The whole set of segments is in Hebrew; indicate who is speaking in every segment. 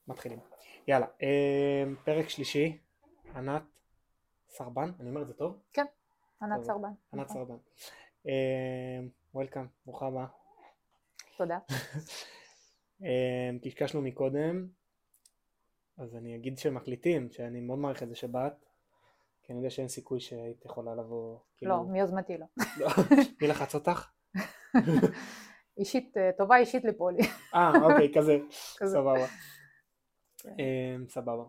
Speaker 1: מתחילים. יאללה, פרק שלישי, ענת סרבן, אני אומר את זה טוב?
Speaker 2: כן, ענת
Speaker 1: טוב,
Speaker 2: סרבן.
Speaker 1: ענת
Speaker 2: נכון.
Speaker 1: סרבן. וולקאם, ברוכה הבאה.
Speaker 2: תודה.
Speaker 1: קשקשנו מקודם, אז אני אגיד שמקליטים, שאני מאוד מעריך את זה שבאת, כי אני יודע שאין סיכוי שהיית יכולה לבוא,
Speaker 2: לא,
Speaker 1: כאילו...
Speaker 2: מיוזמתי לא.
Speaker 1: לא. מי לחץ אותך?
Speaker 2: אישית, טובה אישית לפולי.
Speaker 1: אוקיי, כזה,
Speaker 2: כזה.
Speaker 1: סבבה.
Speaker 2: כן.
Speaker 1: סבבה.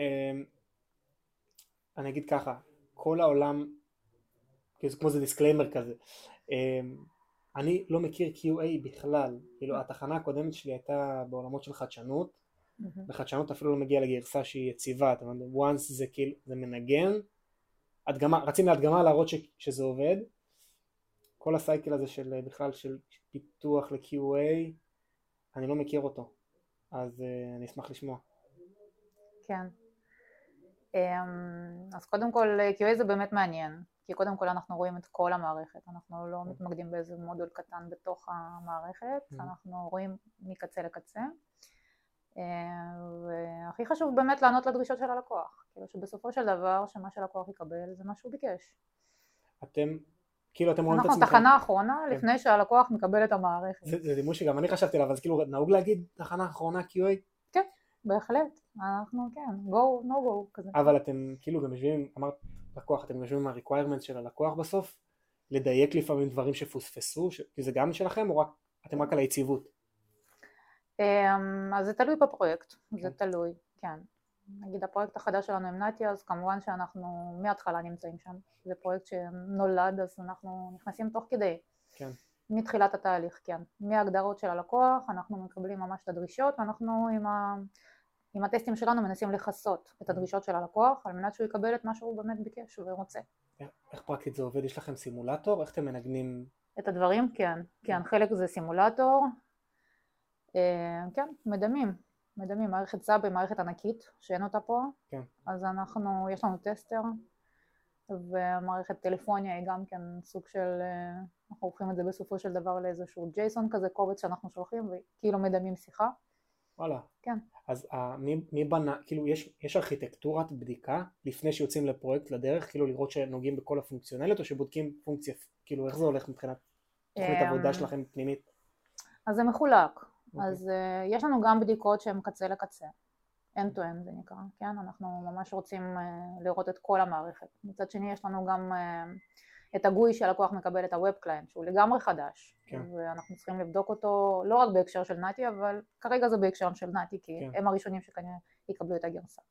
Speaker 1: אני אגיד ככה, כל העולם, כמו זה דיסקליימר כזה, אני לא מכיר QA בכלל, כאילו התחנה הקודמת שלי הייתה בעולמות של חדשנות, בחדשנות אפילו לא מגיע לגרסה שהיא יציבה, אתה יודע, once זה כאילו, זה מנגן, רצים להדגמה להראות שזה עובד, כל הסייקל הזה של בכלל של פיתוח ל-QA, אני לא מכיר אותו, אז אני אשמח לשמוע.
Speaker 2: כן. אז קודם כל, QA זה באמת מעניין, כי קודם כל אנחנו רואים את כל המערכת, אנחנו לא מתמקדים באיזה מודול קטן בתוך המערכת, אנחנו רואים מקצה לקצה, והכי חשוב באמת לענות לדרישות של הלקוח, כאילו שבסופו של דבר שמה שהלקוח יקבל זה מה שהוא ביקש.
Speaker 1: כאילו אתם רואים את עצמכם.
Speaker 2: אנחנו תחנה אחרונה לפני שהלקוח מקבל את המערכת.
Speaker 1: זה דימוי שגם אני חשבתי עליו, אז כאילו נהוג להגיד תחנה אחרונה QA?
Speaker 2: כן, בהחלט, אנחנו כן, go, no go כזה.
Speaker 1: אבל אתם כאילו גם יושבים, אמרת לקוח, אתם יושבים עם ה-requirements של הלקוח בסוף, לדייק לפעמים דברים שפוספסו, כי זה גם שלכם או אתם רק על היציבות?
Speaker 2: אז זה תלוי בפרויקט, זה תלוי, כן. נגיד הפרויקט החדש שלנו עם נתי, אז כמובן שאנחנו מההתחלה נמצאים שם, זה פרויקט שנולד, אז אנחנו נכנסים תוך כדי.
Speaker 1: כן.
Speaker 2: מתחילת התהליך, כן. מההגדרות של הלקוח, אנחנו מקבלים ממש את הדרישות, ואנחנו עם הטסטים שלנו מנסים לחסות את הדרישות של הלקוח, על מנת שהוא יקבל את מה שהוא באמת ביקש ורוצה.
Speaker 1: איך פרקטית זה עובד? יש לכם סימולטור? איך אתם מנגנים?
Speaker 2: את הדברים, כן. כן, חלק זה סימולטור. כן, מדמים, מערכת סאב היא מערכת ענקית שאין אותה פה,
Speaker 1: כן.
Speaker 2: אז יש לנו טסטר, ומערכת טלפוניה היא גם כן סוג של, אנחנו הופכים את זה בסופו של דבר לאיזשהו ג'ייסון כזה, קובץ שאנחנו שולחים וכאילו מדמים שיחה.
Speaker 1: וואלה.
Speaker 2: כן.
Speaker 1: אז מי בנה, כאילו יש ארכיטקטורת בדיקה לפני שיוצאים לפרויקט לדרך, כאילו לראות שנוגעים בכל הפונקציונליות או שבודקים פונקציה, כאילו איך זה הולך מבחינת תוכנית עבודה שלכם פנימית?
Speaker 2: אז זה מחולק. אז יש לנו גם בדיקות שהן קצה לקצה, end to end זה נקרא, כן? אנחנו ממש רוצים לראות את כל המערכת. מצד שני יש לנו גם את הגוי שהלקוח מקבל את הווב קליינט, שהוא לגמרי חדש, כן. ואנחנו צריכים לבדוק אותו לא רק בהקשר של נתי, אבל כרגע זה בהקשר של נתי, כי כן. הם הראשונים שכנראה יקבלו את הגרסה.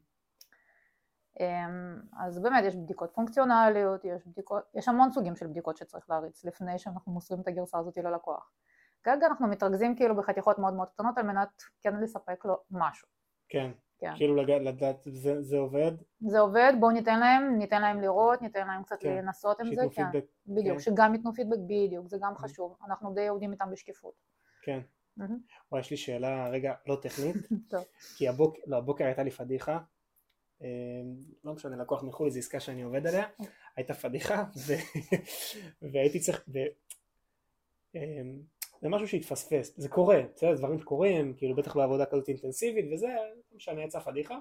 Speaker 2: אז באמת יש בדיקות פונקציונליות, יש המון סוגים של בדיקות שצריך להריץ לפני שאנחנו מוסרים את הגרסה הזאת ללקוח. כרגע אנחנו מתרכזים כאילו בחתיכות מאוד מאוד קטנות על מנת כן לספק לו משהו.
Speaker 1: כן, כן. כאילו לדעת זה עובד?
Speaker 2: זה עובד, בואו ניתן להם לראות, ניתן להם קצת כן. לנסות עם זה, כן.
Speaker 1: פידבק.
Speaker 2: בדיוק, כן. שגם ייתנו פידבק בדיוק, זה גם חשוב, אנחנו די עובדים איתם בשקיפות.
Speaker 1: כן. וואי, יש לי שאלה רגע לא טכנית,
Speaker 2: טוב.
Speaker 1: כי הבוקר הייתה לי פדיחה, לא משנה, לקוח מחו"ל, זו עסקה שאני עובד עליה, הייתה פדיחה, והייתי צריך, זה משהו שהתפספס, זה קורה, בסדר, דברים שקורים, כאילו בטח בעבודה כזאת אינטנסיבית, וזה, לא משנה, יצא פדיחה,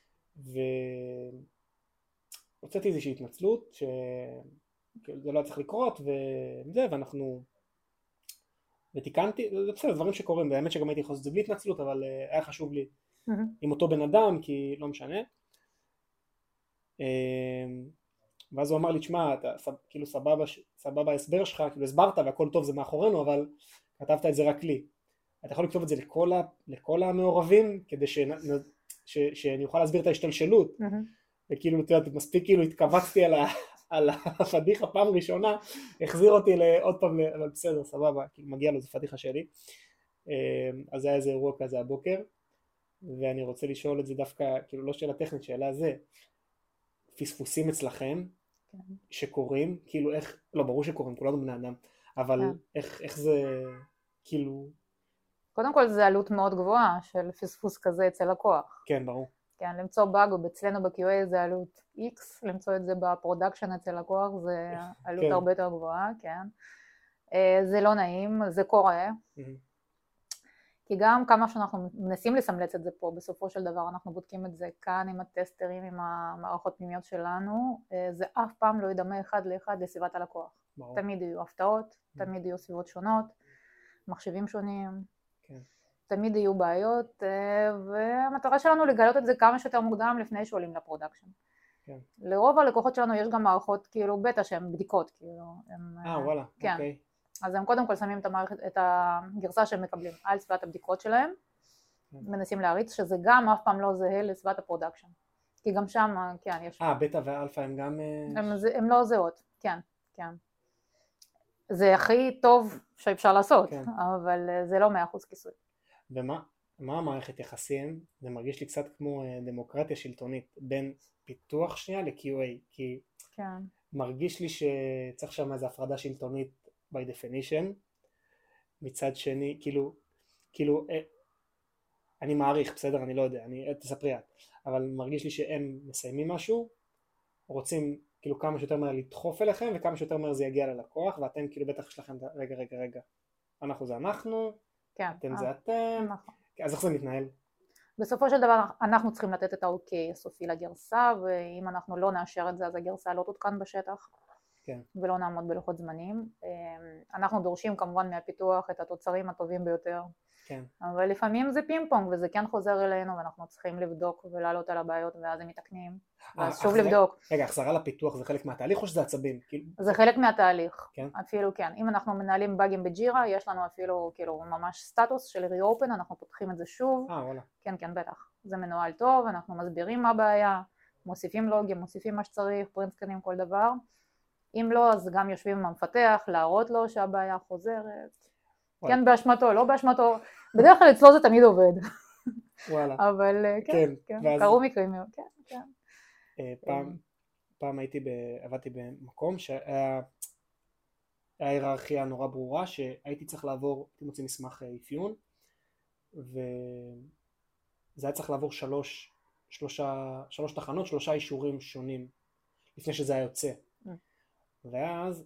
Speaker 1: והוצאתי איזושהי התנצלות, שזה לא היה צריך לקרות, וזה, ואנחנו, ותיקנתי, זה בסדר, דברים שקורים, באמת שגם הייתי יכול לעשות את זה בלי התנצלות, אבל היה חשוב לי עם אותו בן אדם, כי לא משנה. ואז הוא אמר לי, תשמע, אתה כאילו סבבה ההסבר שלך, כאילו הסברת והכל טוב זה מאחורינו, אבל כתבת את זה רק לי. אתה יכול לכתוב את זה לכל המעורבים, כדי שאני אוכל להסביר את ההשתלשלות. וכאילו, אתה יודע, מספיק כאילו התכווצתי על הפדיחה פעם ראשונה, החזיר אותי לעוד פעם, אבל בסדר, סבבה, כאילו מגיע לו, זה פדיחה שלי. אז היה איזה אירוע כזה הבוקר, ואני רוצה לשאול את זה דווקא, כאילו לא שאלה טכנית, שאלה זה, פספוסים אצלכם, שקורים, כאילו איך, לא ברור שקורים, כולנו בני אדם, אבל איך זה, כאילו...
Speaker 2: קודם כל זה עלות מאוד גבוהה של פספוס כזה אצל לקוח.
Speaker 1: כן, ברור.
Speaker 2: כן, למצוא באג, אצלנו ב-QA זה עלות X, למצוא את זה בפרודקשן אצל לקוח זה עלות הרבה יותר גבוהה, כן. זה לא נעים, זה קורה. כי גם כמה שאנחנו מנסים לסמלץ את זה פה, בסופו של דבר אנחנו בודקים את זה כאן עם הטסטרים, עם המערכות פנימיות שלנו, זה אף פעם לא ידמה אחד לאחד לסביבת הלקוח. ברור. תמיד יהיו הפתעות, תמיד יהיו סביבות שונות, מחשבים שונים, כן. תמיד יהיו בעיות, והמטרה שלנו לגלות את זה כמה שיותר מוקדם לפני שעולים לפרודקשן. כן. לרוב הלקוחות שלנו יש גם מערכות כאילו בטא שהן בדיקות, כאילו.
Speaker 1: וואלה,
Speaker 2: כן.
Speaker 1: אוקיי.
Speaker 2: אז הם קודם כל שמים את הגרסה שהם מקבלים על סביבת הבדיקות שלהם, מנסים להריץ שזה גם אף פעם לא זהה לסביבת הפרודקשן. כי גם שם, כן, יש...
Speaker 1: בטא ואלפא הם גם...
Speaker 2: הם לא זהות, כן, כן. זה הכי טוב שאפשר לעשות, כן. אבל זה לא 100% כיסוי.
Speaker 1: ומה המערכת יחסים? זה מרגיש לי קצת כמו דמוקרטיה שלטונית, בין פיתוח שנייה ל-QA, כי כן. מרגיש לי שצריך שם איזו הפרדה שלטונית by definition, מצד שני, כאילו, אני מעריך, בסדר, אני לא יודע, תספרי את, אבל מרגיש לי שהם מסיימים משהו, רוצים כאילו כמה שיותר מהר לדחוף אליכם, וכמה שיותר מהר זה יגיע ללקוח, ואתם כאילו בטח יש לכם, רגע, אנחנו זה אנחנו, כן, אתם זה אתם, נכון. אז איך זה מתנהל?
Speaker 2: בסופו של דבר אנחנו צריכים לתת את האוקיי הסופי לגרסה, ואם אנחנו לא נאשר את זה אז הגרסה לא תותקן בשטח. כן. ולא נעמוד בלוחות זמנים. אנחנו דורשים כמובן מהפיתוח את התוצרים הטובים ביותר. כן. אבל לפעמים זה פינג פונג וזה כן חוזר אלינו ואנחנו צריכים לבדוק ולעלות על הבעיות ואז הם מתקנים. ואז שוב לבדוק.
Speaker 1: רגע, החזרה לפיתוח זה חלק מהתהליך או שזה עצבים?
Speaker 2: זה חלק מהתהליך. כן. אפילו כן. אם אנחנו מנהלים באגים בג'ירה, יש לנו אפילו כאילו ממש סטטוס של reopen, אנחנו פותחים את זה שוב.
Speaker 1: וואלה.
Speaker 2: כן, כן, בטח. זה מנוהל טוב, אנחנו מסבירים מה הבעיה, מוסיפים לוגים, מוסיפים מה שצריך, פרינט סקנים, כל דבר. אם לא, אז גם יושבים עם המפתח, להראות לו שהבעיה חוזרת. כן, באשמתו, לא באשמתו. בדרך כלל אצלו זה תמיד עובד.
Speaker 1: וואלה.
Speaker 2: אבל כן, קרו מקרים. כן,
Speaker 1: כן. פעם עבדתי במקום שהיה היררכיה נורא ברורה, שהייתי צריך לעבור, הייתי מוציא מסמך אפיון, וזה היה צריך לעבור שלוש תחנות, 3 אישורים שונים, לפני שזה היה יוצא. ואז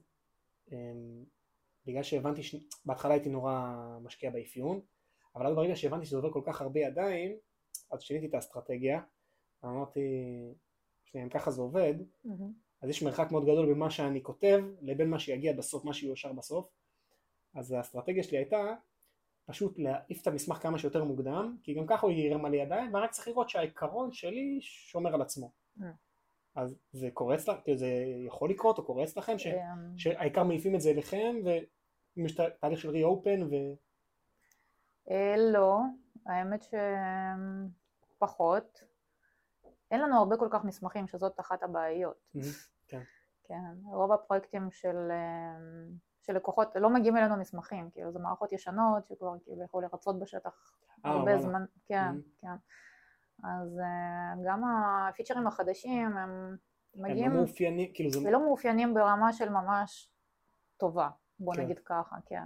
Speaker 1: בגלל שהבנתי בהתחלה הייתי נורא משקיע באפיון, אבל אז ברגע שהבנתי שזה עובר כל כך הרבה ידיים, אז שיניתי את האסטרטגיה, ואמרתי, אם ככה זה עובד, אז יש מרחק מאוד גדול בין מה שאני כותב לבין מה שיגיע בסוף, מה שיושר בסוף. אז האסטרטגיה שלי הייתה פשוט להעיף את המסמך כמה שיותר מוקדם, כי גם ככה הוא ירם על ידיים, ואני רק צריך לראות שהעיקרון שלי שומר על עצמו. אז זה קורה אצלכם, זה יכול לקרות או קורה אצלכם שהעיקר מעיפים את זה אליכם ויש תהליך של רי-אופן
Speaker 2: לא, האמת שפחות. אין לנו הרבה כל כך מסמכים שזאת אחת הבעיות. כן, רוב הפרויקטים של לקוחות לא מגיעים אלינו מסמכים, כאילו זה מערכות ישנות שכבר כאילו יכול לרצות בשטח הרבה זמן. כן, כן. אז גם הפיצ'רים החדשים הם מגיעים,
Speaker 1: הם לא מאופיינים, כאילו
Speaker 2: זה לא מאופיינים ברמה של ממש טובה, בוא נגיד ככה, כן.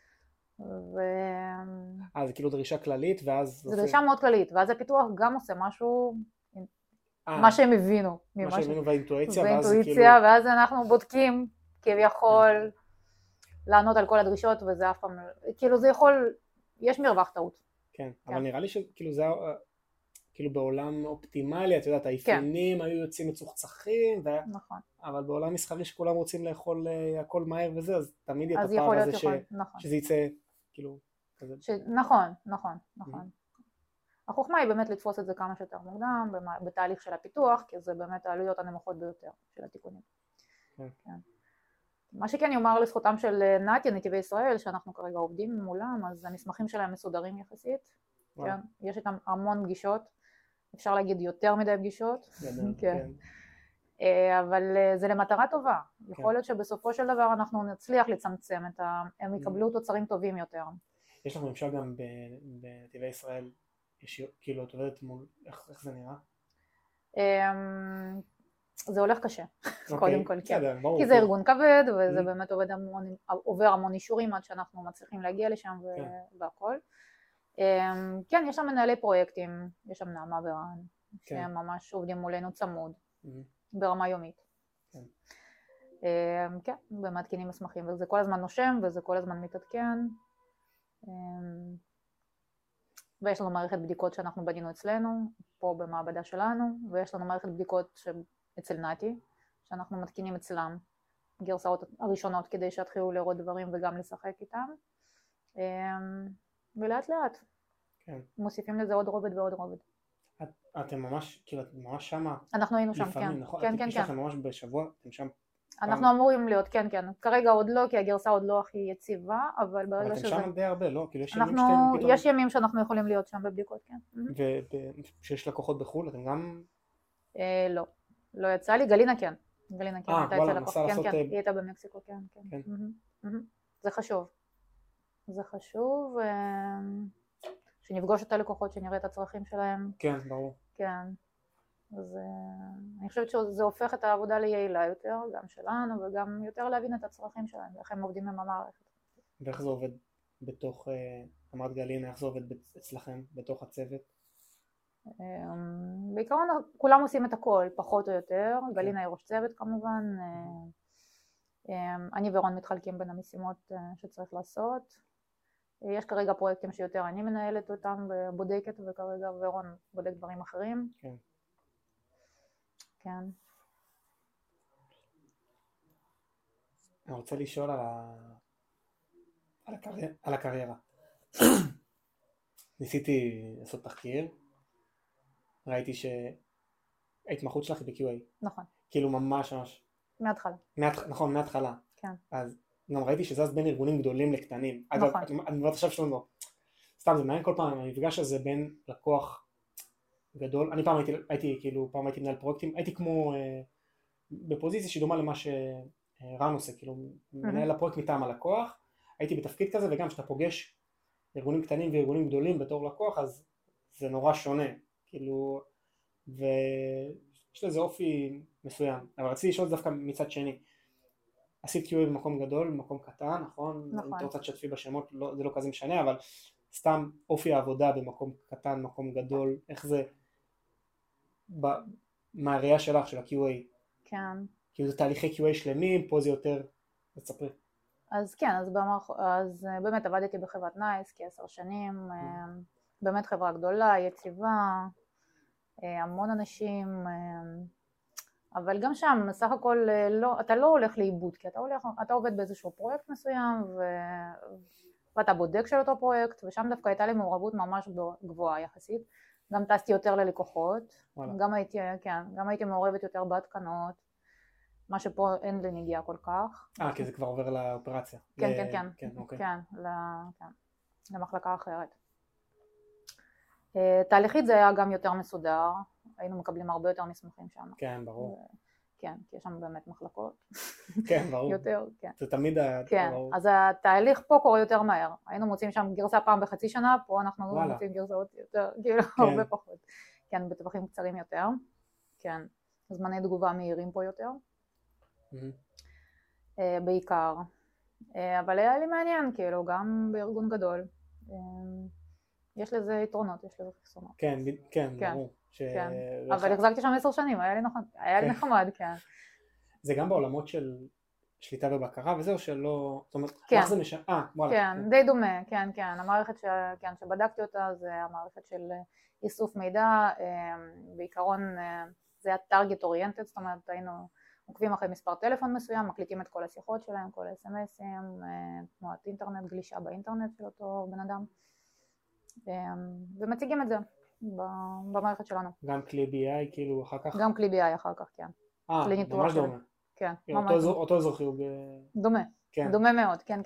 Speaker 1: זה כאילו דרישה כללית ואז...
Speaker 2: זה דרישה מאוד כללית, ואז הפיתוח גם עושה משהו, מה שהם הבינו.
Speaker 1: מה שהם הבינו והאינטואיציה,
Speaker 2: ואז אנחנו בודקים כביכול לענות על כל הדרישות, וזה אף פעם, כאילו זה יכול, יש מרווח טעות.
Speaker 1: כן, אבל נראה לי שכאילו זה... כאילו בעולם אופטימלי, את יודעת, האפיונים היו יוצאים מצוחצחים,
Speaker 2: נכון.
Speaker 1: אבל בעולם מסחרי שכולם רוצים לאכול הכל מהר וזה, אז תמיד יהיה את הפער הזה שזה יצא, כאילו, כזה.
Speaker 2: נכון. החוכמה היא באמת לתפוס את זה כמה שיותר מוקדם, בתהליך של הפיתוח, כי זה באמת העלויות הנמוכות ביותר של התיקונים. מה שכן יאמר לזכותם של נתיה, נתיבי ישראל, שאנחנו כרגע עובדים מולם, אז המסמכים שלהם מסודרים יחסית, יש איתם המון פגישות, אפשר להגיד יותר מדי פגישות, אבל זה למטרה טובה. יכול להיות שבסופו של דבר אנחנו נצליח לצמצם הם יקבלו תוצרים טובים יותר.
Speaker 1: יש לך ממשל גם בנתיבי ישראל, כאילו את עובדת מול, איך זה נראה?
Speaker 2: זה הולך קשה, קודם כל, כי זה ארגון כבד וזה באמת עובר המון אישורים עד שאנחנו מצליחים להגיע לשם והכל. כן, יש שם מנהלי פרויקטים, יש שם נעמה ורן, שהם ממש עובדים מולנו צמוד, ברמה יומית. כן, ומתקינים מסמכים, וזה כל הזמן נושם, וזה כל הזמן מתעדכן. ויש לנו מערכת בדיקות שאנחנו בנינו אצלנו, פה במעבדה שלנו, ויש לנו מערכת בדיקות אצל נתי, שאנחנו מתקינים אצלם גרסאות הראשונות כדי שיתחילו לראות דברים וגם לשחק איתם. ולאט לאט מוסיפים לזה עוד רובד ועוד רובד.
Speaker 1: אתם ממש, כאילו, אתם ממש שמה?
Speaker 2: אנחנו היינו שם, כן.
Speaker 1: נכון?
Speaker 2: כן, כן,
Speaker 1: יש לכם ממש בשבוע, אתם שם?
Speaker 2: אנחנו אמורים להיות, כן, כן. כרגע עוד לא, כי הגרסה עוד לא הכי יציבה, אבל ברגע שזה...
Speaker 1: אבל אתם שם די הרבה, לא? כאילו,
Speaker 2: יש ימים שאנחנו יכולים להיות שם בבדיקות, כן.
Speaker 1: וכשיש לקוחות בחו"ל, אתם גם...
Speaker 2: לא. לא יצא לי. גלינה כן. גלינה כן, הייתה אצל לקוח. כן, כן, היא הייתה במקסיקו, כן, כן. זה חשוב. זה חשוב שנפגוש את הלקוחות, שנראה את הצרכים שלהם.
Speaker 1: כן, ברור.
Speaker 2: כן. אז אני חושבת שזה הופך את העבודה ליעילה יותר, גם שלנו, וגם יותר להבין את הצרכים שלהם, ואיך הם עובדים עם המערכת.
Speaker 1: ואיך זה עובד בתוך, אמרת גלינה, איך זה עובד אצלכם, בתוך הצוות?
Speaker 2: בעיקרון כולם עושים את הכל, פחות או יותר. גלינה היא ראש צוות כמובן. אני ורון מתחלקים בין המשימות שצריך לעשות. יש כרגע פרויקטים שיותר אני מנהלת אותם ובודקת, וכרגע ורון בודק דברים אחרים.
Speaker 1: כן.
Speaker 2: כן.
Speaker 1: אני רוצה לשאול על הקריירה. ניסיתי לעשות תחקיר, ראיתי שההתמחות שלך היא ב-QA.
Speaker 2: נכון.
Speaker 1: כאילו ממש.
Speaker 2: מההתחלה.
Speaker 1: נכון, מההתחלה.
Speaker 2: כן.
Speaker 1: אז גם ראיתי שזז בין ארגונים גדולים לקטנים.
Speaker 2: נכון.
Speaker 1: אגב, אני לא חושב שלנו, סתם זה מעניין כל פעם, המפגש הזה בין לקוח גדול, אני פעם הייתי מנהל פרויקטים, הייתי כמו בפוזיציה שדומה למה שרן עושה, כאילו מנהל הפרויקט מטעם הלקוח, הייתי בתפקיד כזה, וגם כשאתה פוגש ארגונים קטנים וארגונים גדולים בתור לקוח, אז זה נורא שונה, כאילו, ויש לזה אופי מסוים, אבל רציתי לשאול דווקא מצד שני, עשית QA במקום גדול, במקום קטן, נכון?
Speaker 2: נכון.
Speaker 1: אם תרצה תשתפי בשמות, זה לא כזה משנה, אבל סתם אופי העבודה במקום קטן, מקום גדול, איך זה מהראייה שלך, של ה-QA?
Speaker 2: כן.
Speaker 1: כאילו זה תהליכי QA שלמים, פה זה יותר, תספרי.
Speaker 2: אז כן, אז באמת עבדתי בחברת נייס כ10 שנים, באמת חברה גדולה, יציבה, המון אנשים, אבל גם שם סך הכל אתה לא הולך לאיבוד, כי אתה עובד באיזשהו פרויקט מסוים ואתה בודק של אותו פרויקט, ושם דווקא הייתה לי מעורבות ממש גבוהה יחסית, גם טסתי יותר ללקוחות, גם הייתי מעורבת יותר בהתקנות, מה שפה אין לי נגיעה כל כך.
Speaker 1: כי זה כבר עובר לאופרציה.
Speaker 2: כן, למחלקה אחרת. תהליכית זה היה גם יותר מסודר, היינו מקבלים הרבה יותר מסמכים שם.
Speaker 1: כן, ברור.
Speaker 2: כן, כי יש שם באמת מחלקות.
Speaker 1: כן, ברור.
Speaker 2: יותר, כן.
Speaker 1: זה תמיד
Speaker 2: כן, אז התהליך פה קורה יותר מהר. היינו מוצאים שם גרסה פעם בחצי שנה, פה אנחנו מוצאים גרסאות יותר, כאילו, הרבה פחות. כן, בטווחים קצרים יותר. כן, זמני תגובה מהירים פה יותר. בעיקר. אבל היה לי מעניין, כאילו, גם בארגון גדול. יש לזה יתרונות, יש לזה חסרונות.
Speaker 1: כן, ברור.
Speaker 2: אבל החזקתי שם 10 שנים, היה לי נחמד, כן.
Speaker 1: זה גם בעולמות של שליטה ובקרה וזהו, שלא, זאת אומרת,
Speaker 2: כן.
Speaker 1: איך זה משנה? וואלה.
Speaker 2: כן, די דומה, כן. המערכת שבדקתי אותה זה המערכת של איסוף מידע, בעיקרון זה היה target oriented, זאת אומרת היינו עוקבים אחרי מספר טלפון מסוים, מקליטים את כל השיחות שלהם, כל ה-SMSים, תנועת אינטרנט, גלישה באינטרנט של אותו בן אדם, ומציגים את זה במערכת שלנו.
Speaker 1: גם כלי BI כאילו אחר כך?
Speaker 2: גם כלי BI אחר כך, כן.
Speaker 1: ממש דומה.
Speaker 2: כן,
Speaker 1: ממש. אותו אזור חיוג.
Speaker 2: דומה, דומה מאוד, כן.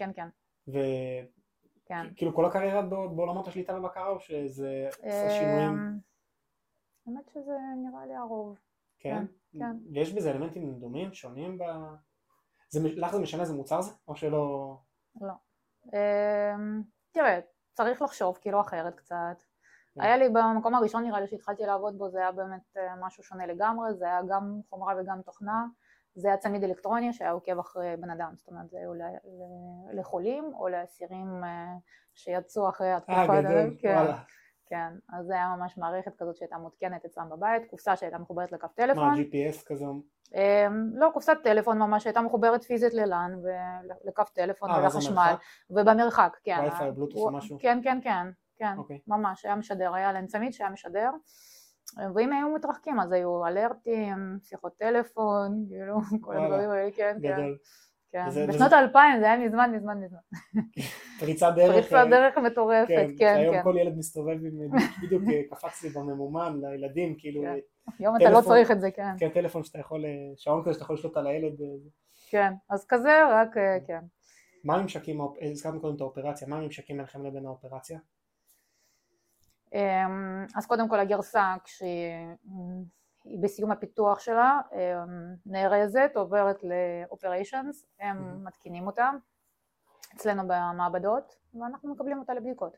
Speaker 1: וכאילו כל הקריירה בעולמות השליטה ובקרה או שזה עושה שינויים?
Speaker 2: האמת שזה נראה לי הרוב.
Speaker 1: כן? ויש בזה אלמנטים דומים, שונים לך זה משנה איזה מוצר זה? או שלא?
Speaker 2: לא. תראה, צריך לחשוב כאילו אחרת קצת. היה לי במקום הראשון נראה לי שהתחלתי לעבוד בו, זה היה באמת משהו שונה לגמרי, זה היה גם חומרה וגם תוכנה, זה היה צמיד אלקטרוני שהיה עוקב אחרי בן אדם, זאת אומרת זה היו לחולים או לאסירים שיצאו אחרי התקופה.
Speaker 1: גדול, וואלה.
Speaker 2: כן, אז זה היה ממש מערכת כזאת שהייתה מותקנת אצלם בבית, קופסה שהייתה מחוברת לקו טלפון.
Speaker 1: מה, GPS כזה?
Speaker 2: לא, קופסת טלפון ממש שהייתה מחוברת פיזית ללן ולקו טלפון ולחשמל, ובמרחק, כן.
Speaker 1: וי-פיי, בלוטוס או משהו?
Speaker 2: כן, כן,
Speaker 1: אוקיי.
Speaker 2: ממש, היה משדר, היה להם צמיד שהיה משדר, ואם היו מתרחקים אז היו אלרטים, שיחות טלפון, כאילו, כל הדברים האלה, כן, כן.
Speaker 1: גדול.
Speaker 2: כן. בשנות ה-2000 זה היה מזמן.
Speaker 1: פריצת דרך.
Speaker 2: פריצת דרך מטורפת, כן, כן.
Speaker 1: שהיום כל ילד מסתובב עם, בדיוק קפץ לי בממומן לילדים, כאילו,
Speaker 2: היום אתה לא צריך את זה, כן.
Speaker 1: כן, טלפון שאתה יכול, שעון כזה שאתה יכול לשלוט על הילד.
Speaker 2: כן, אז כזה, רק, כן.
Speaker 1: מה הממשקים, הזכרנו קודם את האופרציה, מה הממשקים ביניכם לבין האופרציה?
Speaker 2: אז קודם כל הגרסה, כשהיא בסיום הפיתוח שלה, נארזת, עוברת ל-Operations, הם מתקינים אותה אצלנו במעבדות, ואנחנו מקבלים אותה לבדיקות.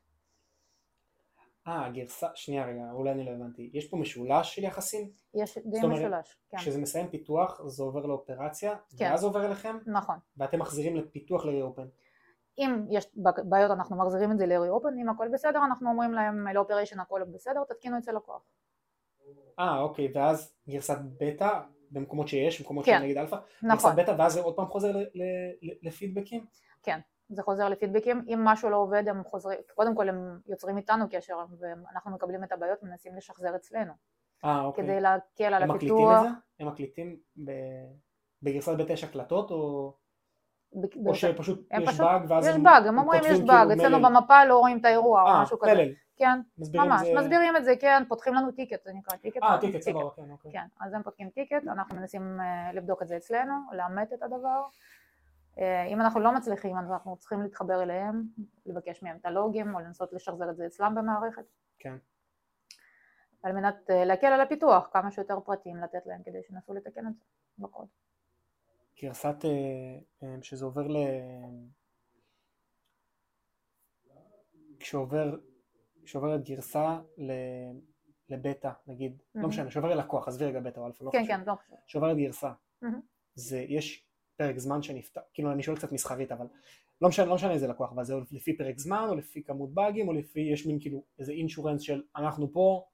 Speaker 1: הגרסה, שנייה רגע, אולי אני לא הבנתי, יש פה משולש של יחסים?
Speaker 2: יש די משולש, כן.
Speaker 1: כשזה מסיים פיתוח, זה עובר לאופרציה,
Speaker 2: כן.
Speaker 1: ואז עובר אליכם?
Speaker 2: נכון.
Speaker 1: ואתם מחזירים לפיתוח ל-Reopen?
Speaker 2: אם יש בעיות אנחנו מחזירים את זה ל-Reopen, אם הכל בסדר אנחנו אומרים להם ל-Operation הכל בסדר, תתקינו אצל לקוח.
Speaker 1: אוקיי, ואז גרסת בטא, במקומות שיש, במקומות
Speaker 2: כן.
Speaker 1: שנגיד אלפא,
Speaker 2: נכון.
Speaker 1: גרסת בטא, ואז זה עוד פעם חוזר לפידבקים?
Speaker 2: כן, זה חוזר לפידבקים, אם משהו לא עובד הם חוזרים, קודם כל הם יוצרים איתנו קשר, ואנחנו מקבלים את הבעיות ומנסים לשחזר אצלנו.
Speaker 1: אוקיי.
Speaker 2: כדי להקל על הפיתוח.
Speaker 1: הם מקליטים את זה? הם מקליטים בגרסת בטא יש הקלטות, או שפשוט יש באג, ואז
Speaker 2: יש באג, הם אומרים יש באג, אצלנו במפה לא רואים את האירוע או משהו כזה.
Speaker 1: מלל.
Speaker 2: כן, ממש, מסבירים את זה, כן, פותחים לנו טיקט, זה נקרא טיקט.
Speaker 1: טיקט, סבבה, כן, אוקיי.
Speaker 2: כן, אז הם פותחים טיקט, אנחנו מנסים לבדוק את זה אצלנו, לאמת את הדבר. אם אנחנו לא מצליחים, אנחנו צריכים להתחבר אליהם, לבקש מהם את הלוגים, או לנסות לשחזר את זה אצלם במערכת.
Speaker 1: כן.
Speaker 2: על מנת להקל על הפיתוח, כמה שיותר פרטים לתת להם, כדי שנסו לתקן את זה בקוד.
Speaker 1: גרסת, שזה עובר כשעוברת גרסה לבטא, נגיד, לא משנה, שעובר ללקוח, עזבי רגע בטא או אלפא, לא חשוב.
Speaker 2: כן, לא חשוב.
Speaker 1: שעוברת גרסה, יש פרק זמן שנפתח, כאילו אני שואל קצת מסחרית, אבל לא משנה איזה לקוח, אבל זה לפי פרק זמן, או לפי כמות באגים, או לפי, יש מין כאילו איזה אינשורנס של אנחנו פה,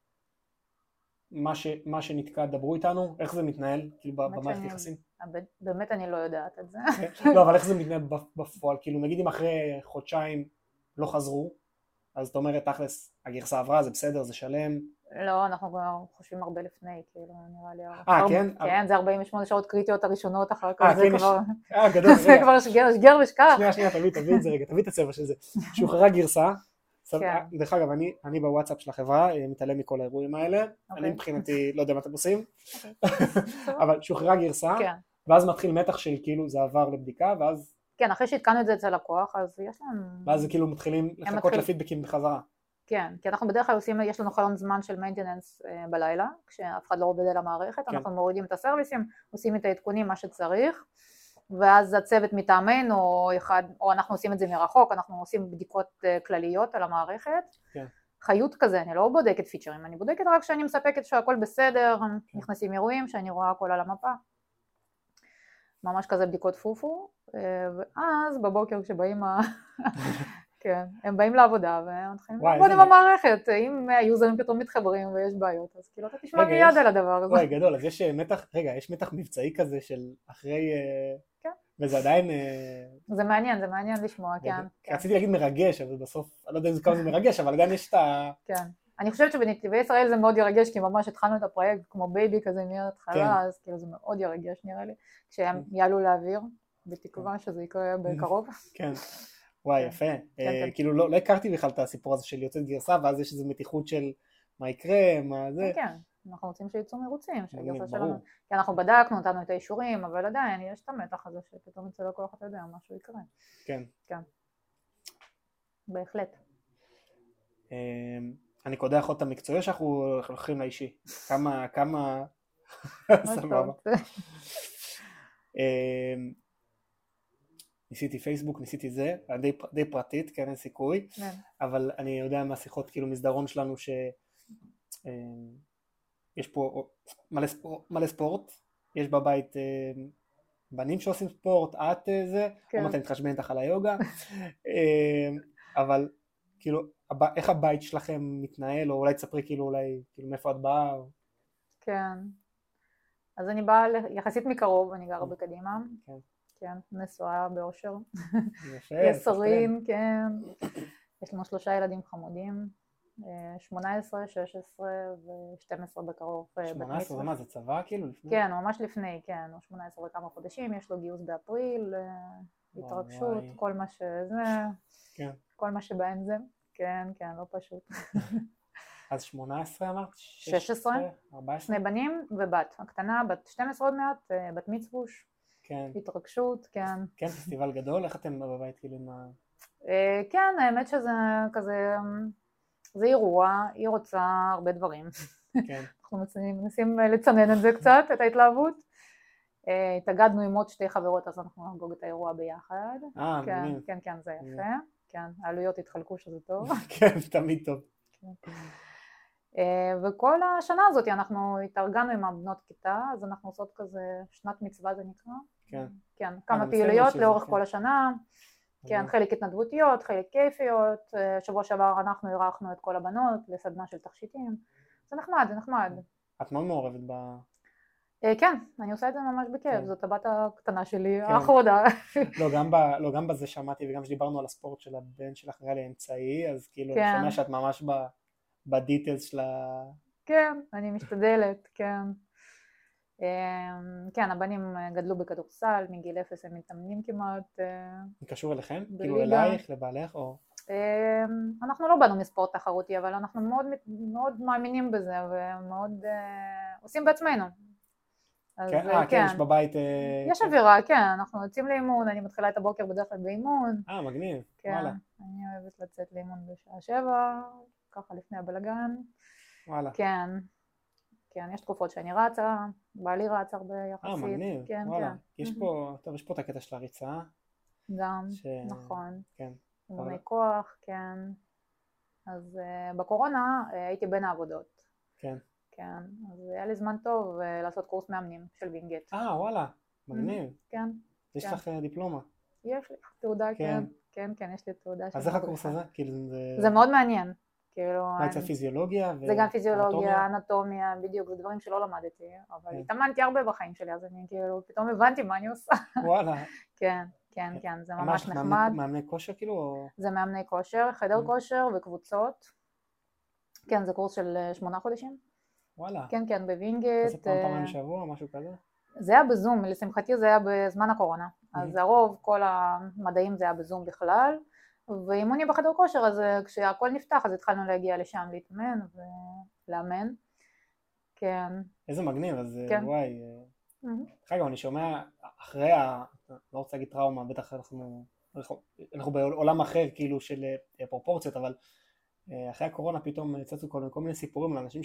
Speaker 1: מה שנתקע דברו איתנו, איך זה מתנהל כאילו במערכת יחסים?
Speaker 2: באמת אני לא יודעת את זה.
Speaker 1: לא, אבל איך זה מתנהל בפועל? כאילו נגיד אם אחרי חודשיים לא חזרו, אז זאת אומרת תכלס הגרסה עברה, זה בסדר, זה שלם?
Speaker 2: לא, אנחנו כבר חושבים הרבה לפני, כאילו נראה לי.
Speaker 1: כן?
Speaker 2: כן, זה 48 שעות קריטיות הראשונות אחר כך, זה כבר...
Speaker 1: גדול.
Speaker 2: זה כבר שגר ושכח.
Speaker 1: שנייה, תביא את זה רגע, תביא את הצבע של זה. שוחררה גרסה, דרך אגב, אני בוואטסאפ של החברה מתעלם מכל האירועים האלה, אני מבחינתי לא יודע מה אתם עושים, אבל שוחררה גרסה, ואז מתחיל מתח של כאילו זה עבר לבדיקה, ואז...
Speaker 2: כן, אחרי שהתקנו את זה אצל לקוח, אז יש להם...
Speaker 1: ואז כאילו מתחילים לחכות לפידבקים בחזרה.
Speaker 2: כן, כי אנחנו בדרך כלל עושים, יש לנו חלון זמן של maintenance בלילה, כשאף אחד לא עובד על המערכת, אנחנו מורידים את הסרוויסים, עושים את העדכונים, מה שצריך, ואז הצוות מטעמנו, או אנחנו עושים את זה מרחוק, אנחנו עושים בדיקות כלליות על המערכת, חיות כזה, אני לא בודקת פיצ'רים, אני בודקת רק שאני מספקת שהכל בסדר, נכנסים אירועים, שאני רואה הכל על המפה. ממש כזה בדיקות פופו, ואז בבוקר כשבאים כן, הם באים לעבודה והם מתחילים לעבוד עם המערכת, אם היוזרים פתאום מתחברים ויש בעיות, אז כאילו אתה תשמע מיד על הדבר הזה.
Speaker 1: וואי, גדול, אז יש מתח מבצעי כזה של אחרי, וזה עדיין...
Speaker 2: זה מעניין לשמוע, כן.
Speaker 1: רציתי להגיד מרגש, אבל בסוף, אני לא יודע כמה זה מרגש, אבל עדיין יש את ה...
Speaker 2: כן, אני חושבת שבנתיבי ישראל זה מאוד ירגש, כי ממש התחלנו את הפרויקט כמו בייבי כזה מההתחלה, אז כאילו זה מאוד ירגש נראה לי, כשהם יעלו לאוויר, בתקווה שזה יקרה בקרוב.
Speaker 1: כן. וואי, יפה. כאילו לא הכרתי בכלל את הסיפור הזה של יוצאת גרסה, ואז יש איזו מתיחות של מה יקרה, מה זה.
Speaker 2: כן, אנחנו רוצים שיצאו מרוצים, שהגרסה שלנו, כי אנחנו בדקנו, נתנו את האישורים, אבל עדיין יש את המתח הזה שפתאום אצל לקוח אתה יודע, משהו יקרה.
Speaker 1: כן.
Speaker 2: כן. בהחלט.
Speaker 1: אני קודח עוד את המקצועי שאנחנו הולכים לאישי. כמה... סבבה. ניסיתי פייסבוק, ניסיתי זה, די פרטית, כן, אין סיכוי, אבל אני יודע מהשיחות כאילו מסדרון שלנו שיש פה מלא ספורט, יש בבית בנים שעושים ספורט, את זה, עוד מעט אני מתחשבן איתך על היוגה, אבל כאילו איך הבית שלכם מתנהל, או אולי תספרי כאילו מאיפה את באה?
Speaker 2: כן, אז אני באה יחסית מקרוב, אני גרה בקדימה. כן, נשואה באושר, יסורים, כן, יש לנו 3 ילדים חמודים, 18, 16 ו-12 בקרוב.
Speaker 1: 18 זה מה, זה צבא כאילו?
Speaker 2: כן, ממש לפני, כן, 18 וכמה חודשים, יש לו גיוס באפריל, התרגשות, כל מה שזה, כל מה שבאמצע, כן, כן, לא פשוט.
Speaker 1: אז 18 אמרת?
Speaker 2: 16,
Speaker 1: 14?
Speaker 2: 2 בנים ובת, הקטנה, בת 12 עוד מעט, בת מצווש,
Speaker 1: כן.
Speaker 2: התרגשות, כן.
Speaker 1: כן, פסטיבל גדול, איך אתם בבית כאילו עם ה...
Speaker 2: כן, האמת שזה כזה, זה אירוע, היא רוצה הרבה דברים.
Speaker 1: כן.
Speaker 2: אנחנו מנסים לצנן את זה קצת, את ההתלהבות. התאגדנו עם עוד 2 חברות, אז אנחנו נחגוג את האירוע ביחד.
Speaker 1: מגניב.
Speaker 2: כן, כן, זה יפה. כן, העלויות התחלקו שזה טוב.
Speaker 1: כן, תמיד טוב.
Speaker 2: וכל השנה הזאת אנחנו התארגנו עם הבנות כיתה, אז אנחנו עושות כזה שנת מצווה זה נקרא.
Speaker 1: כן.
Speaker 2: כן, כמה פעילויות לאורך כל השנה. כן, חלק התנדבותיות, חלק כיפיות. שבוע שעבר אנחנו אירחנו את כל הבנות לסדנה של תכשיטים. זה נחמד, זה נחמד.
Speaker 1: את מאוד מעורבת ב...
Speaker 2: כן, אני עושה את זה ממש בכיף, זאת הבת הקטנה שלי, האחרונה.
Speaker 1: לא, גם בזה שמעתי, וגם שדיברנו על הספורט של הבן שלך, נראה לי האמצעי, אז כאילו אני שומע שאת ממש בדיטלס של ה...
Speaker 2: כן, אני משתדלת, כן. כן, הבנים גדלו בכדורסל, מגיל 0 הם מתאמנים כמעט.
Speaker 1: זה קשור אליכם? כאילו אלייך, לבעלך, או...
Speaker 2: אנחנו לא באנו מספורט תחרותי, אבל אנחנו מאוד מאמינים בזה, ומאוד עושים בעצמנו.
Speaker 1: כן, יש בבית...
Speaker 2: יש אווירה, כן, אנחנו יוצאים לאימון, אני מתחילה את הבוקר בדרך כלל באימון.
Speaker 1: מגניב,
Speaker 2: וואלה. אני אוהבת לצאת לאימון בשעה 7, ככה לפני הבלגן.
Speaker 1: וואלה.
Speaker 2: כן, כן, יש תקופות שאני רצה, בעלי רץ הרבה יחסית.
Speaker 1: מגניב, וואלה. יש פה את הקטע של הריצה.
Speaker 2: גם, נכון.
Speaker 1: כן.
Speaker 2: אימוני כוח, כן. אז בקורונה הייתי בין העבודות.
Speaker 1: כן.
Speaker 2: כן, אז היה לי זמן טוב לעשות קורס מאמנים של וינגייט.
Speaker 1: וואלה, מגניב.
Speaker 2: כן.
Speaker 1: יש לך דיפלומה?
Speaker 2: יש לי תעודה, כן. כן, כן, יש לי תעודה.
Speaker 1: אז איך הקורס הזה?
Speaker 2: זה מאוד מעניין.
Speaker 1: מה יצא פיזיולוגיה?
Speaker 2: זה גם פיזיולוגיה, אנטומיה, בדיוק, זה דברים שלא למדתי, אבל התאמנתי הרבה בחיים שלי, אז אני כאילו פתאום הבנתי מה אני עושה.
Speaker 1: וואלה.
Speaker 2: כן, כן, כן, זה ממש נחמד.
Speaker 1: מאמני כושר כאילו?
Speaker 2: זה מאמני כושר, חדר כושר וקבוצות. כן, זה קורס של 8 חודשים.
Speaker 1: וואלה.
Speaker 2: כן, כן, בווינגייט.
Speaker 1: זה פעם בשבוע, משהו כזה?
Speaker 2: זה היה בזום, לשמחתי זה היה בזמן הקורונה. אז הרוב, כל המדעים זה היה בזום בכלל. ואימוני בחדר כושר, אז כשהכל נפתח, אז התחלנו להגיע לשם להתאמן ולאמן. כן.
Speaker 1: איזה מגניב, אז וואי. אגב, אני שומע אחרי לא רוצה להגיד טראומה, בטח אנחנו בעולם אחר כאילו של פרופורציות, אבל אחרי הקורונה פתאום צצו כל מיני סיפורים לאנשים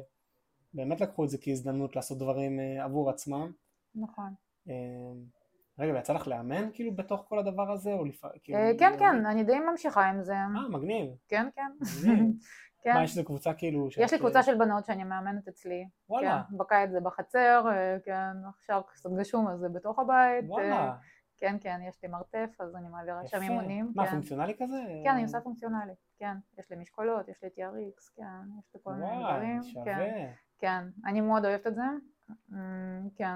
Speaker 1: שבאמת לקחו את זה כהזדמנות לעשות דברים עבור עצמם.
Speaker 2: נכון.
Speaker 1: רגע, ויצא לך לאמן כאילו בתוך כל הדבר הזה?
Speaker 2: כן, כן, אני די ממשיכה עם זה.
Speaker 1: מגניב.
Speaker 2: כן, כן.
Speaker 1: מה, יש איזו קבוצה כאילו?
Speaker 2: יש לי קבוצה של בנות שאני מאמנת אצלי.
Speaker 1: וואלה.
Speaker 2: בקיץ זה בחצר, כן, עכשיו קצת גשום אז זה בתוך הבית.
Speaker 1: וואלה.
Speaker 2: כן, כן, יש לי מרתף, אז אני מעבירה שם אימונים.
Speaker 1: מה, פונקציונלי כזה?
Speaker 2: כן, אני עושה פונקציונלי, כן. יש לי משקולות, יש לי TRX, כן, יש לי כל מיני דברים.
Speaker 1: וואי, שווה.
Speaker 2: כן, אני מאוד אוהבת את זה. כן.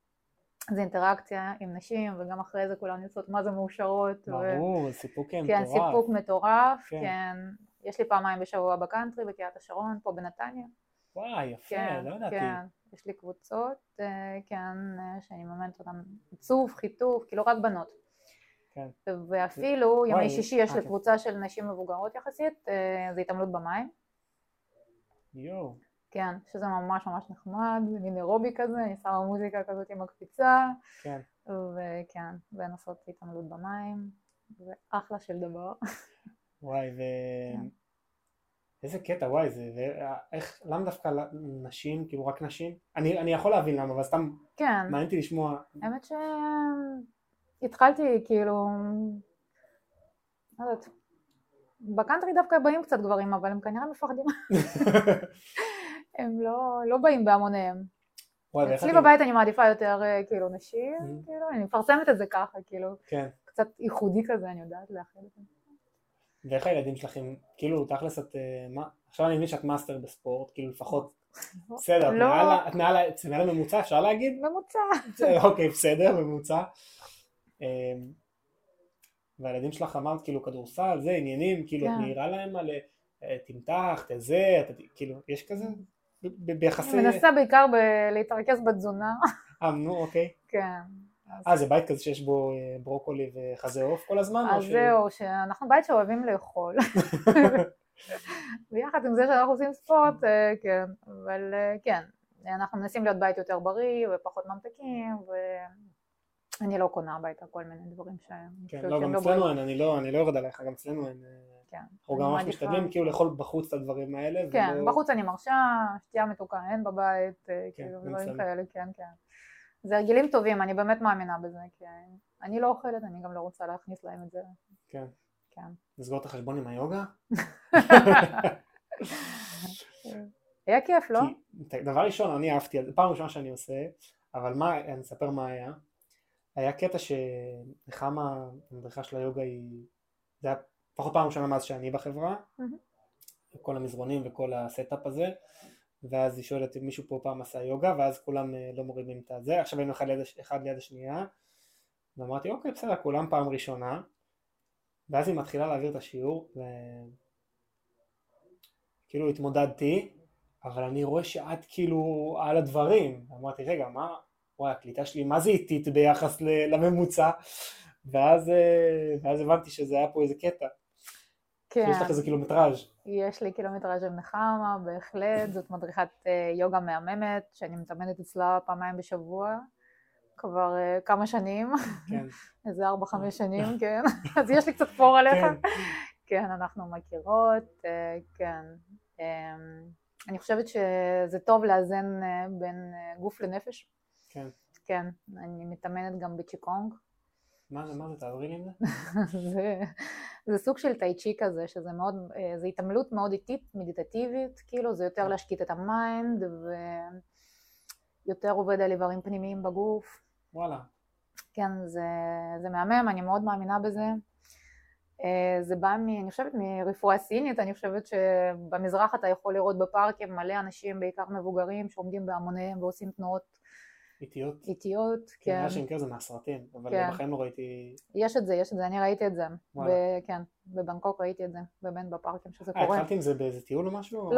Speaker 2: זה אינטראקציה עם נשים, וגם אחרי זה כולן יוצאות מה זה מאושרות.
Speaker 1: ברור, סיפוק מטורף.
Speaker 2: כן, סיפוק מטורף, כן. יש לי פעמיים בשבוע בקאנטרי, בקריית השרון, פה בנתניה.
Speaker 1: וואי, יפה, לא ידעתי.
Speaker 2: כן, יש לי קבוצות, כן, שאני ממנת אותן עיצוב, חיתוך, כאילו רק בנות.
Speaker 1: כן.
Speaker 2: ואפילו ימי שישי יש לי קבוצה של נשים מבוגרות יחסית, זה התעמלות במים.
Speaker 1: יואו.
Speaker 2: כן, שזה ממש ממש נחמד, מין אירובי כזה, אני שמה מוזיקה כזאת עם הקפיצה.
Speaker 1: כן.
Speaker 2: וכן, ולנסות התעמלות במים, זה אחלה של דבר.
Speaker 1: וואי, איזה קטע, וואי, זה, איך, למה דווקא נשים, כאילו רק נשים? אני יכול להבין למה, אבל סתם מעניין אותי לשמוע.
Speaker 2: האמת שהתחלתי כאילו, לא יודעת, בקאנטרי דווקא באים קצת גברים, אבל הם כנראה מפחדים. הם לא באים בהמוניהם. אצלי בבית אני מעדיפה יותר כאילו נשים, כאילו, אני מפרסמת את זה ככה, כאילו, קצת ייחודי כזה, אני יודעת לאחל את זה.
Speaker 1: ואיך הילדים שלכם, כאילו, תכלס את, עכשיו אני מבין שאת מאסטר בספורט, כאילו לפחות, בסדר, את מעל הממוצע, אפשר להגיד?
Speaker 2: ממוצע.
Speaker 1: אוקיי, בסדר, ממוצע. והילדים שלך אמרת, כאילו, כדורסל, זה עניינים, כאילו, את נהירה להם על תמתח, תזה, כאילו, יש כזה ביחסי...
Speaker 2: אני מנסה בעיקר להתרכז בתזונה.
Speaker 1: נו, אוקיי.
Speaker 2: כן.
Speaker 1: זה בית כזה שיש בו ברוקולי וחזה עוף כל הזמן?
Speaker 2: אז זהו, שאנחנו בית שאוהבים לאכול. ביחד עם זה שאנחנו עושים ספורט, כן, אבל כן, אנחנו מנסים להיות בית יותר בריא ופחות ממתקים, ואני לא קונה הביתה כל מיני דברים שהם...
Speaker 1: כן, לא, גם אצלנו אין, אני לא יורד עליך, גם אצלנו אין, אנחנו גם ממש משתדלים כאילו לאכול בחוץ את הדברים האלה.
Speaker 2: כן, בחוץ אני מרשה, שתייה מתוקה אין בבית, כאילו דברים כאלה, כן, כן. זה הרגלים טובים, אני באמת מאמינה בזה, כי אני לא אוכלת, אני גם לא רוצה להכניס להם את זה.
Speaker 1: כן.
Speaker 2: כן.
Speaker 1: נסגור את החשבון עם היוגה?
Speaker 2: היה כיף, לא?
Speaker 1: דבר ראשון, אני אהבתי, פעם ראשונה שאני עושה, אבל אני אספר מה היה. היה קטע שנחמה, המדריכה של היוגה, זה היה פחות פעם ראשונה מאז שאני בחברה, כל המזרונים וכל הסטאפ הזה, ואז היא שואלת אם מישהו פה פעם עשה יוגה, ואז כולם לא מורידים את זה, עכשיו היינו אחד ליד השנייה, ואמרתי אוקיי בסדר, כולם פעם ראשונה, ואז היא מתחילה להעביר את השיעור, וכאילו התמודדתי, אבל אני רואה שאת כאילו על הדברים, אמרתי רגע מה, וואי הקליטה שלי מה זה איטית ביחס לממוצע, ואז הבנתי שזה היה פה איזה קטע.
Speaker 2: כן.
Speaker 1: יש לך איזה קילומטראז'.
Speaker 2: יש לי קילומטראז' עם נחמה, בהחלט, זאת מדריכת יוגה מהממת, שאני מתאמנת אצלה פעמיים בשבוע, כבר כמה שנים,
Speaker 1: כן.
Speaker 2: איזה 4-5 שנים, כן, אז יש לי קצת פור עליך.
Speaker 1: כן.
Speaker 2: כן, אנחנו מכירות, כן. אני חושבת שזה טוב לאזן בין גוף לנפש.
Speaker 1: כן.
Speaker 2: כן, אני מתאמנת גם בצ'יקונג.
Speaker 1: מה זה? תעזרי לי עם זה?
Speaker 2: זה סוג של טאי-צ'י כזה, שזה מאוד, זה התעמלות מאוד איטית, מדיטטיבית, כאילו זה יותר להשקיט את המיינד, ויותר עובד על איברים פנימיים בגוף.
Speaker 1: וואלה.
Speaker 2: כן, זה מהמם, אני מאוד מאמינה בזה. זה בא, אני חושבת, מרפואה סינית, אני חושבת שבמזרח אתה יכול לראות בפארקים מלא אנשים, בעיקר מבוגרים, שעומדים בהמוניהם ועושים תנועות איטיות, כן.
Speaker 1: מה שנקרא זה מהסרטים, אבל בחיים לא ראיתי...
Speaker 2: יש את זה, אני ראיתי את זה. כן, בבנקוק ראיתי את זה, באמת בפארקים שזה קורה.
Speaker 1: התחלתי עם זה באיזה טיול או משהו?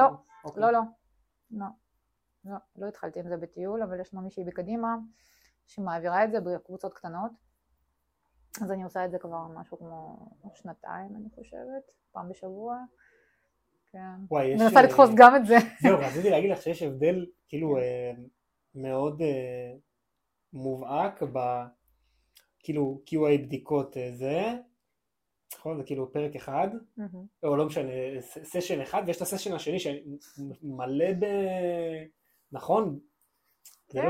Speaker 2: לא התחלתי עם זה בטיול, אבל יש לנו מישהי בקדימה שמעבירה את זה בקבוצות קטנות. אז אני עושה את זה כבר משהו כמו 2 אני חושבת, פעם בשבוע. כן. מנסה לדחוס גם את זה.
Speaker 1: זהו, רציתי להגיד לך שיש הבדל כאילו מאוד מובהק כאילו QA בדיקות זה, נכון? זה כאילו פרק אחד, או לא משנה, סשן אחד, ויש את הסשן השני שמלא נכון?
Speaker 2: כן.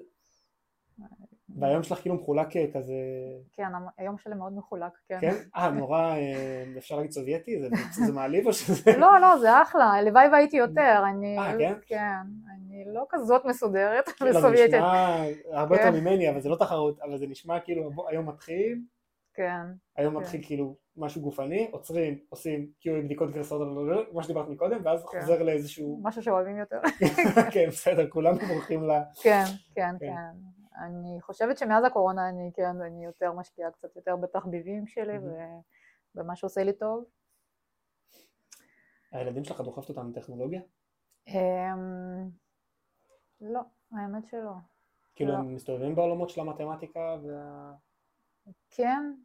Speaker 1: והיום שלך כאילו מחולק כזה...
Speaker 2: כן, היום שלי מאוד מחולק, כן.
Speaker 1: כן? נורא, אפשר להגיד סובייטי? זה מעליב או שזה...
Speaker 2: לא, זה אחלה, הלוואי והייתי יותר.
Speaker 1: כן?
Speaker 2: כן, אני לא כזאת מסודרת
Speaker 1: וסובייטית. זה נשמע הרבה יותר ממני, אבל זה לא תחרות, אבל זה נשמע כאילו, היום מתחיל,
Speaker 2: כן.
Speaker 1: היום מתחיל כאילו משהו גופני, עוצרים, עושים כאילו בדיקות גרסות, מה שדיברת מקודם, ואז חוזר לאיזשהו...
Speaker 2: משהו שאוהבים יותר.
Speaker 1: כן, בסדר, כולנו בורחים ל...
Speaker 2: כן. אני חושבת שמאז הקורונה אני יותר משקיעה קצת יותר בתחביבים שלי ובמה שעושה לי טוב.
Speaker 1: הילדים שלך דוחפת אותם בטכנולוגיה?
Speaker 2: לא, האמת שלא.
Speaker 1: כאילו הם מסתובבים בעולמות של המתמטיקה
Speaker 2: כן,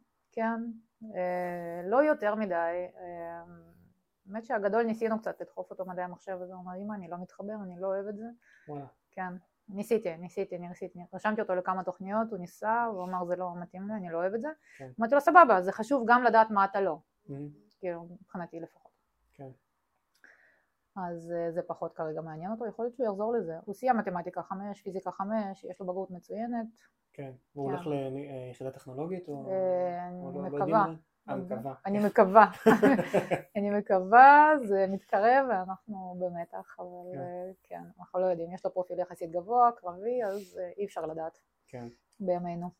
Speaker 2: לא יותר מדי. האמת שהגדול ניסינו קצת לדחוף אותו מדעי המחשב, וזה אומר, אמא, אני לא מתחבר, אני לא אוהב את זה.
Speaker 1: וואלה.
Speaker 2: כן. ניסיתי, רשמתי אותו לכמה תוכניות, הוא ניסה, הוא אמר זה לא מתאים לי, אני לא אוהב את זה. אמרתי לו סבבה, זה חשוב גם לדעת מה אתה לא, כאילו מבחינתי לפחות. אז זה פחות כרגע מעניין אותו, יכול להיות שהוא יחזור לזה. הוא סיים מתמטיקה 5, פיזיקה 5, יש לו בגרות מצוינת.
Speaker 1: כן, הוא הולך ליחידה טכנולוגית או...
Speaker 2: אני מקווה, זה מתקרב ואנחנו במתח, אבל כן, אנחנו לא יודעים, יש לו פרופיל יחסית גבוה, קרבי, אז אי אפשר לדעת בימינו.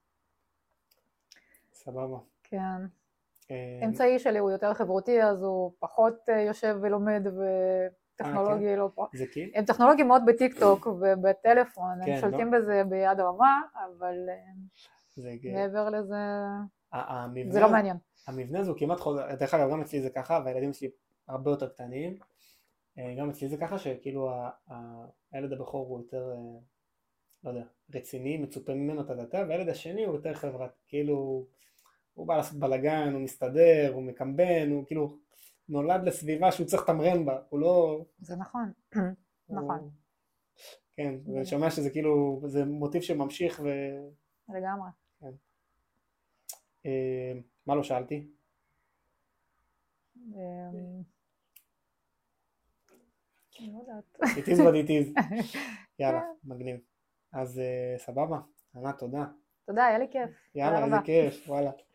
Speaker 1: סבבה.
Speaker 2: כן. אמצעי שלי הוא יותר חברותי, אז הוא פחות יושב ולומד וטכנולוגי לא פה.
Speaker 1: זה כי?
Speaker 2: הם טכנולוגיים מאוד בטיק טוק ובטלפון, הם שולטים בזה ביד רמה, אבל מעבר לזה, זה לא מעניין.
Speaker 1: המבנה הזה הוא כמעט דרך אגב גם אצלי זה ככה, והילדים שלי הרבה יותר קטנים. גם אצלי זה ככה שכאילו הילד הבכור הוא יותר, לא יודע, רציני, מצופה ממנו את הדתה, והילד השני הוא יותר חברת, כאילו הוא בא לעשות בלגן, הוא מסתדר, הוא מקמבן, הוא כאילו נולד לסביבה שהוא צריך לתמרן בה, הוא לא...
Speaker 2: זה נכון, נכון.
Speaker 1: כן, ואני שומע שזה כאילו, זה מוטיב שממשיך
Speaker 2: לגמרי.
Speaker 1: כן. מה לא שאלתי?
Speaker 2: אני לא יודעת.
Speaker 1: It is what it is. יאללה, מגניב. אז סבבה, ענת, תודה.
Speaker 2: תודה, היה לי כיף.
Speaker 1: יאללה, איזה כיף, וואלה.